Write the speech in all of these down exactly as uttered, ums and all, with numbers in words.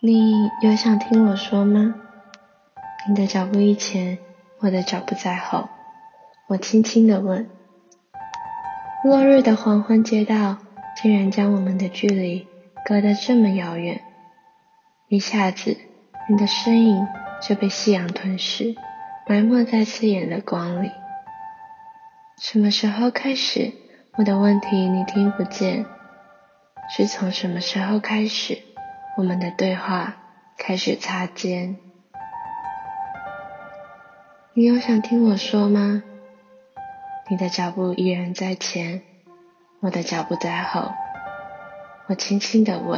你有想听我说吗？你的脚步一前，我的脚步在后。我轻轻地问。落日的黄昏街道竟然将我们的距离隔得这么遥远，一下子你的身影就被夕阳吞噬，埋没在刺眼的光里。什么时候开始，我的问题你听不见？是从什么时候开始，我们的对话开始擦肩？你有想听我说吗？你的脚步依然在前，我的脚步在后。我轻轻地问。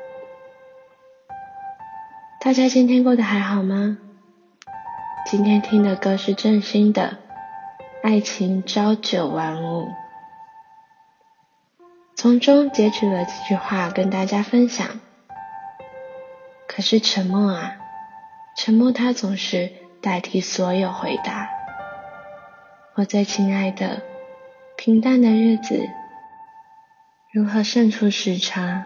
大家今天过得还好吗？今天听的歌是郑兴的《爱情朝九晚五》，从中截取了几句话跟大家分享。可是沉默啊，沉默它总是代替所有回答。我最亲爱的，平淡的日子如何胜出时差？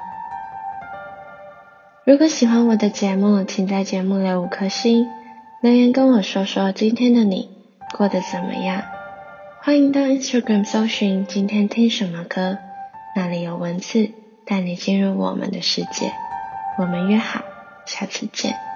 如果喜欢我的节目，请在节目留五颗星，留言跟我说说今天的你过得怎么样。欢迎到 Instagram 搜寻今天听什么歌，那里有文字带你进入我们的世界。我们约好下次见。